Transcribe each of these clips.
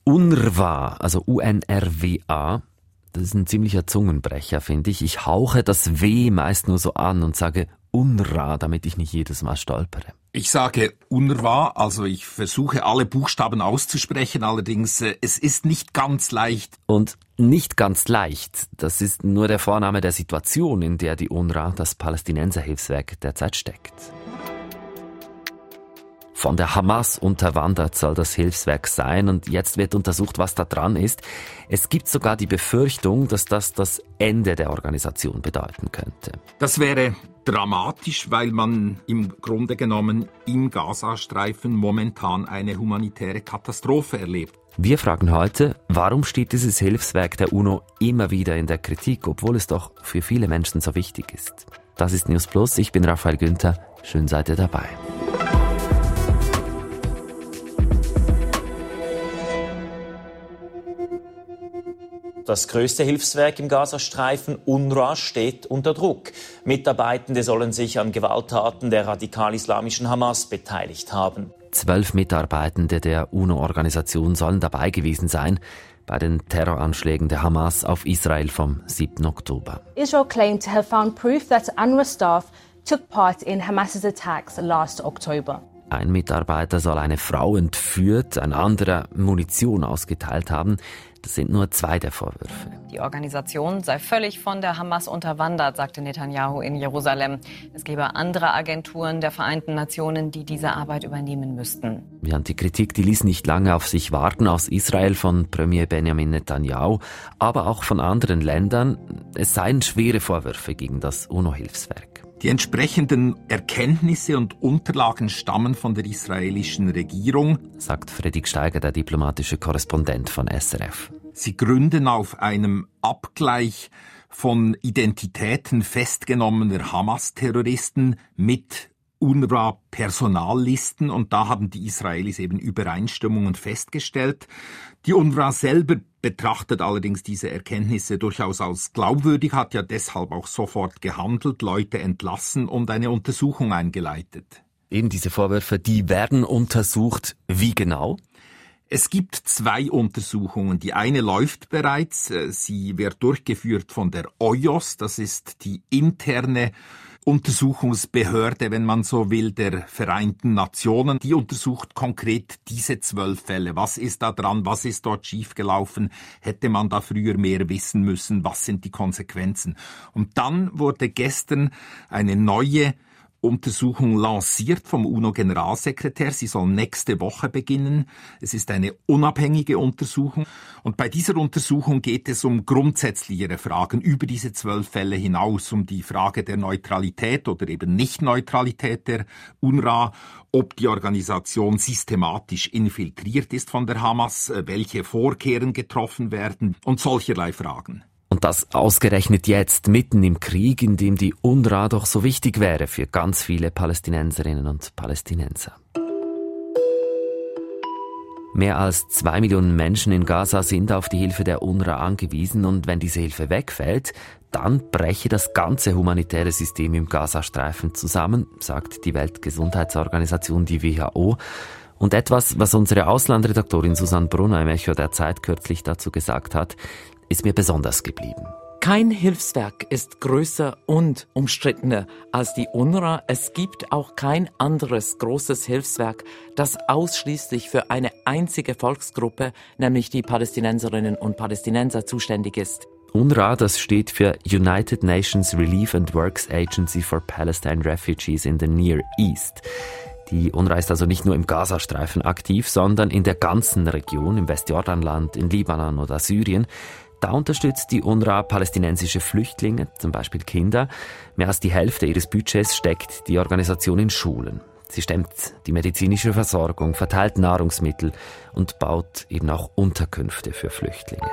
UNRWA, also UNRWA, das ist ein ziemlicher Zungenbrecher, finde ich. Ich hauche das W meist nur so an und sage UNRWA, damit ich nicht jedes Mal stolpere. Ich sage UNRWA, also ich versuche alle Buchstaben auszusprechen, allerdings es ist nicht ganz leicht. Und nicht ganz leicht, das ist nur der Vorname der Situation, in der die UNRWA, das Palästinenserhilfswerk, derzeit steckt. Von der Hamas unterwandert soll das Hilfswerk sein und jetzt wird untersucht, was da dran ist. Es gibt sogar die Befürchtung, dass das Ende der Organisation bedeuten könnte. Das wäre dramatisch, weil man im Grunde genommen im Gazastreifen momentan eine humanitäre Katastrophe erlebt. Wir fragen heute, warum steht dieses Hilfswerk der UNO immer wieder in der Kritik, obwohl es doch für viele Menschen so wichtig ist. Das ist News Plus, ich bin Raphael Günther, schön seid ihr dabei. Das größte Hilfswerk im Gazastreifen, UNRWA, steht unter Druck. Mitarbeitende sollen sich an Gewalttaten der radikal-islamischen Hamas beteiligt haben. 12 Mitarbeitende der UNO-Organisation sollen dabei gewesen sein bei den Terroranschlägen der Hamas auf Israel vom 7. Oktober. Israel claimed to have found proof that UNRWA staff took part in Hamas's attacks last October. Ein Mitarbeiter soll eine Frau entführt, ein anderer Munition ausgeteilt haben. Das sind nur 2 der Vorwürfe. Die Organisation sei völlig von der Hamas unterwandert, sagte Netanyahu in Jerusalem. Es gebe andere Agenturen der Vereinten Nationen, die diese Arbeit übernehmen müssten. Ja, und die Kritik, die ließ nicht lange auf sich warten, aus Israel von Premier Benjamin Netanyahu, aber auch von anderen Ländern. Es seien schwere Vorwürfe gegen das UNO-Hilfswerk. Die entsprechenden Erkenntnisse und Unterlagen stammen von der israelischen Regierung, sagt Fredrik Steiger, der diplomatische Korrespondent von SRF. Sie gründen auf einem Abgleich von Identitäten festgenommener Hamas-Terroristen mit UNRWA-Personallisten und da haben die Israelis eben Übereinstimmungen festgestellt. Die UNRWA selber betrachtet allerdings diese Erkenntnisse durchaus als glaubwürdig, hat ja deshalb auch sofort gehandelt, Leute entlassen und eine Untersuchung eingeleitet. Eben diese Vorwürfe, die werden untersucht. Wie genau? Es gibt 2 Untersuchungen. Die eine läuft bereits. Sie wird durchgeführt von der OIOS. Das ist die interne Untersuchungsbehörde, wenn man so will, der Vereinten Nationen. Die untersucht konkret diese 12 Fälle. Was ist da dran? Was ist dort schiefgelaufen? Hätte man da früher mehr wissen müssen? Was sind die Konsequenzen? Und dann wurde gestern eine neue Untersuchung lanciert vom UNO-Generalsekretär. Sie soll nächste Woche beginnen. Es ist eine unabhängige Untersuchung. Und bei dieser Untersuchung geht es um grundsätzlichere Fragen über diese 12 Fälle hinaus, um die Frage der Neutralität oder eben Nicht-Neutralität der UNRWA, ob die Organisation systematisch infiltriert ist von der Hamas, welche Vorkehrungen getroffen werden und solcherlei Fragen. Und das ausgerechnet jetzt, mitten im Krieg, in dem die UNRWA doch so wichtig wäre für ganz viele Palästinenserinnen und Palästinenser. Mehr als 2 Millionen Menschen in Gaza sind auf die Hilfe der UNRWA angewiesen und wenn diese Hilfe wegfällt, dann breche das ganze humanitäre System im Gazastreifen zusammen, sagt die Weltgesundheitsorganisation, die WHO. Und etwas, was unsere Auslandredaktorin Susanne Brunner im Echo der Zeit kürzlich dazu gesagt hat, ist mir besonders geblieben. Kein Hilfswerk ist größer und umstrittener als die UNRWA. Es gibt auch kein anderes großes Hilfswerk, das ausschließlich für eine einzige Volksgruppe, nämlich die Palästinenserinnen und Palästinenser, zuständig ist. UNRWA, das steht für United Nations Relief and Works Agency for Palestine Refugees in the Near East. Die UNRWA ist also nicht nur im Gazastreifen aktiv, sondern in der ganzen Region, im Westjordanland, in Libanon oder Syrien. Da unterstützt die UNRWA palästinensische Flüchtlinge, zum Beispiel Kinder. Mehr als die Hälfte ihres Budgets steckt die Organisation in Schulen. Sie stemmt die medizinische Versorgung, verteilt Nahrungsmittel und baut eben auch Unterkünfte für Flüchtlinge.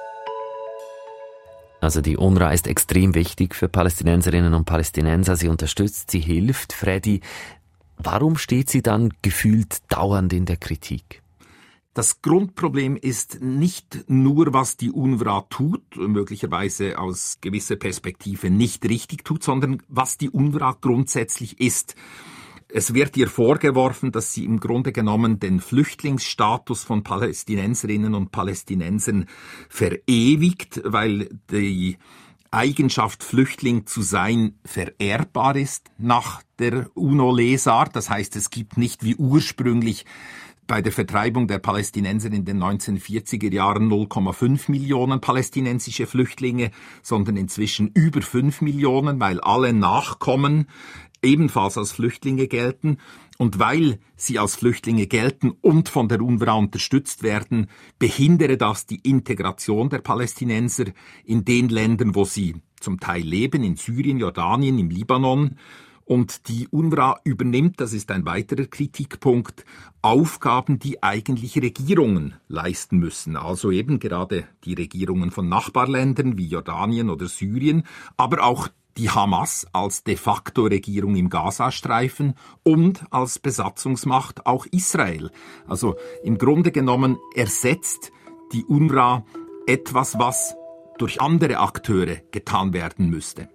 Also die UNRWA ist extrem wichtig für Palästinenserinnen und Palästinenser. Sie unterstützt, sie hilft. Freddy, warum steht sie dann gefühlt dauernd in der Kritik? Das Grundproblem ist nicht nur, was die UNRWA tut, möglicherweise aus gewisser Perspektive nicht richtig tut, sondern was die UNRWA grundsätzlich ist. Es wird ihr vorgeworfen, dass sie im Grunde genommen den Flüchtlingsstatus von Palästinenserinnen und Palästinensern verewigt, weil die Eigenschaft, Flüchtling zu sein, vererbbar ist nach der UNO-Lesart. Das heißt, es gibt nicht wie ursprünglich bei der Vertreibung der Palästinenser in den 1940er Jahren 0,5 Millionen palästinensische Flüchtlinge, sondern inzwischen über 5 Millionen, weil alle Nachkommen ebenfalls als Flüchtlinge gelten. Und weil sie als Flüchtlinge gelten und von der UNRWA unterstützt werden, behindere das die Integration der Palästinenser in den Ländern, wo sie zum Teil leben, in Syrien, Jordanien, im Libanon. Und die UNRWA übernimmt, das ist ein weiterer Kritikpunkt, Aufgaben, die eigentlich Regierungen leisten müssen. Also eben gerade die Regierungen von Nachbarländern wie Jordanien oder Syrien, aber auch die Hamas als de facto Regierung im Gazastreifen und als Besatzungsmacht auch Israel. Also im Grunde genommen ersetzt die UNRWA etwas, was durch andere Akteure getan werden müsste.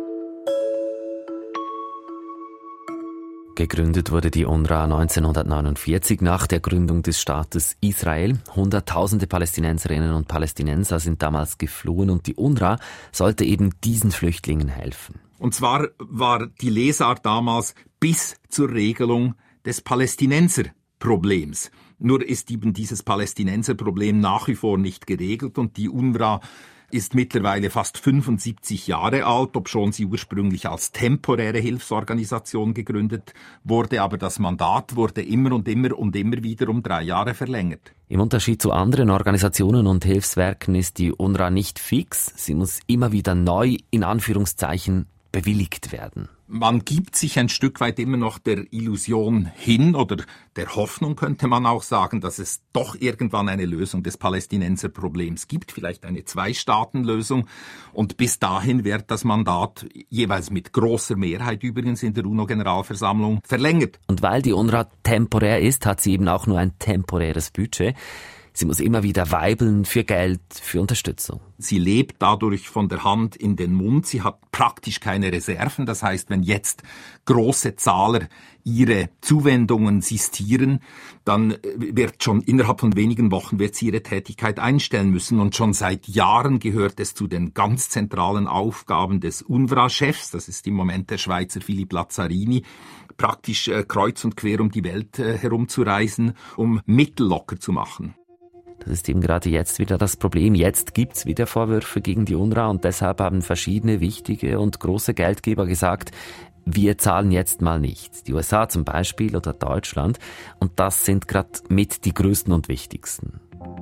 Gegründet wurde die UNRWA 1949 nach der Gründung des Staates Israel. Hunderttausende Palästinenserinnen und Palästinenser sind damals geflohen und die UNRWA sollte eben diesen Flüchtlingen helfen. Und zwar war die Lesart damals bis zur Regelung des Palästinenserproblems. Nur ist eben dieses Palästinenserproblem nach wie vor nicht geregelt und die UNRWA ist mittlerweile fast 75 Jahre alt, obschon sie ursprünglich als temporäre Hilfsorganisation gegründet wurde, aber das Mandat wurde immer wieder um 3 Jahre verlängert. Im Unterschied zu anderen Organisationen und Hilfswerken ist die UNRWA nicht fix. Sie muss immer wieder neu, in Anführungszeichen, bewilligt werden. Man gibt sich ein Stück weit immer noch der Illusion hin oder der Hoffnung, könnte man auch sagen, dass es doch irgendwann eine Lösung des Palästinenserproblems gibt, vielleicht eine 2-Staaten-Lösung. Und bis dahin wird das Mandat jeweils mit großer Mehrheit übrigens in der UNO-Generalversammlung verlängert. Und weil die UNRWA temporär ist, hat sie eben auch nur ein temporäres Budget. Sie muss immer wieder weibeln für Geld, für Unterstützung. Sie lebt dadurch von der Hand in den Mund. Sie hat praktisch keine Reserven. Das heißt, wenn jetzt große Zahler ihre Zuwendungen sistieren, dann wird schon innerhalb von wenigen Wochen wird sie ihre Tätigkeit einstellen müssen. Und schon seit Jahren gehört es zu den ganz zentralen Aufgaben des UNRWA-Chefs, das ist im Moment der Schweizer Philipp Lazzarini, praktisch kreuz und quer um die Welt herumzureisen, um Mittel locker zu machen. Das ist eben gerade jetzt wieder das Problem. Jetzt gibt's wieder Vorwürfe gegen die UNRWA und deshalb haben verschiedene wichtige und große Geldgeber gesagt, wir zahlen jetzt mal nicht. Die USA zum Beispiel oder Deutschland. Und das sind gerade mit die größten und wichtigsten.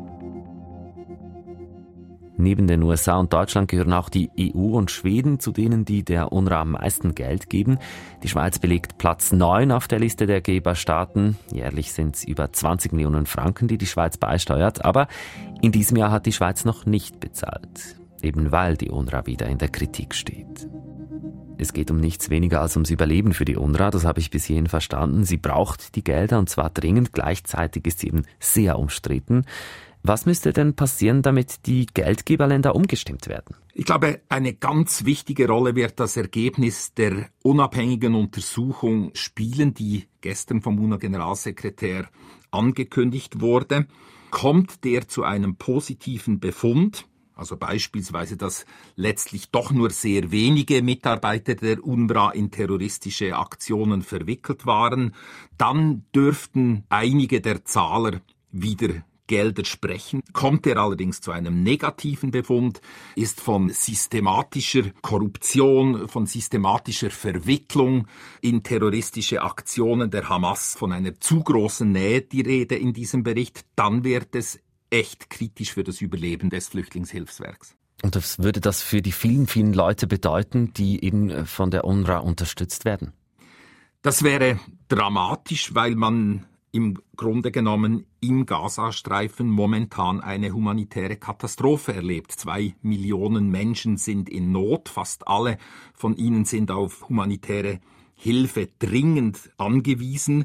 Neben den USA und Deutschland gehören auch die EU und Schweden zu denen, die der UNRWA am meisten Geld geben. Die Schweiz belegt Platz 9 auf der Liste der Geberstaaten. Jährlich sind es über 20 Millionen Franken, die die Schweiz beisteuert. Aber in diesem Jahr hat die Schweiz noch nicht bezahlt. Eben weil die UNRWA wieder in der Kritik steht. Es geht um nichts weniger als ums Überleben für die UNRWA, das habe ich bis hierhin verstanden. Sie braucht die Gelder und zwar dringend. Gleichzeitig ist sie eben sehr umstritten. Was müsste denn passieren, damit die Geldgeberländer umgestimmt werden? Ich glaube, eine ganz wichtige Rolle wird das Ergebnis der unabhängigen Untersuchung spielen, die gestern vom UNO-Generalsekretär angekündigt wurde. Kommt der zu einem positiven Befund, also beispielsweise, dass letztlich doch nur sehr wenige Mitarbeiter der UNRWA in terroristische Aktionen verwickelt waren, dann dürften einige der Zahler wieder Gelder sprechen. Kommt er allerdings zu einem negativen Befund, ist von systematischer Korruption, von systematischer Verwicklung in terroristische Aktionen der Hamas, von einer zu großen Nähe die Rede in diesem Bericht, dann wird es echt kritisch für das Überleben des Flüchtlingshilfswerks. Und was würde das für die vielen, vielen Leute bedeuten, die eben von der UNRWA unterstützt werden? Das wäre dramatisch, weil man im Grunde genommen im Gazastreifen momentan eine humanitäre Katastrophe erlebt. 2 Millionen Menschen sind in Not, fast alle von ihnen sind auf humanitäre Hilfe dringend angewiesen.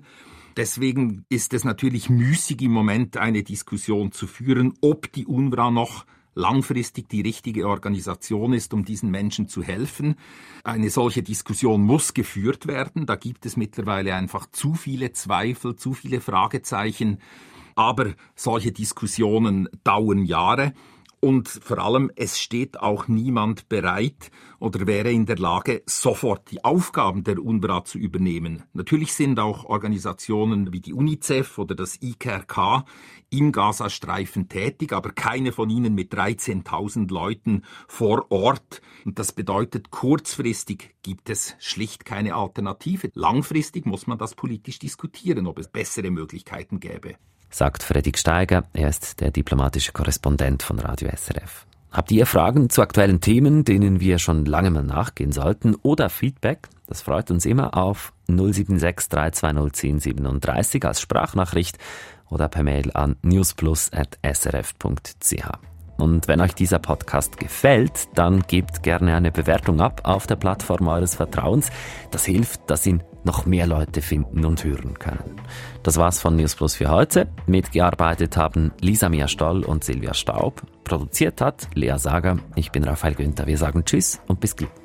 Deswegen ist es natürlich müßig im Moment eine Diskussion zu führen, ob die UNRWA noch langfristig die richtige Organisation ist, um diesen Menschen zu helfen. Eine solche Diskussion muss geführt werden. Da gibt es mittlerweile einfach zu viele Zweifel, zu viele Fragezeichen. Aber solche Diskussionen dauern Jahre. Und vor allem, es steht auch niemand bereit oder wäre in der Lage, sofort die Aufgaben der UNRWA zu übernehmen. Natürlich sind auch Organisationen wie die UNICEF oder das IKRK im Gazastreifen tätig, aber keine von ihnen mit 13.000 Leuten vor Ort. Und das bedeutet, kurzfristig gibt es schlicht keine Alternative. Langfristig muss man das politisch diskutieren, ob es bessere Möglichkeiten gäbe. Sagt Fredrik Steiger, er ist der diplomatische Korrespondent von Radio SRF. Habt ihr Fragen zu aktuellen Themen, denen wir schon lange mal nachgehen sollten, oder Feedback? Das freut uns immer auf 076 320 1037 als Sprachnachricht oder per Mail an newsplus@srf.ch. Und wenn euch dieser Podcast gefällt, dann gebt gerne eine Bewertung ab auf der Plattform eures Vertrauens. Das hilft, dass ihn noch mehr Leute finden und hören können. Das war's von News Plus für heute. Mitgearbeitet haben Lisa Mia Stoll und Silvia Staub. Produziert hat Lea Sager. Ich bin Raphael Günther. Wir sagen Tschüss und bis gleich.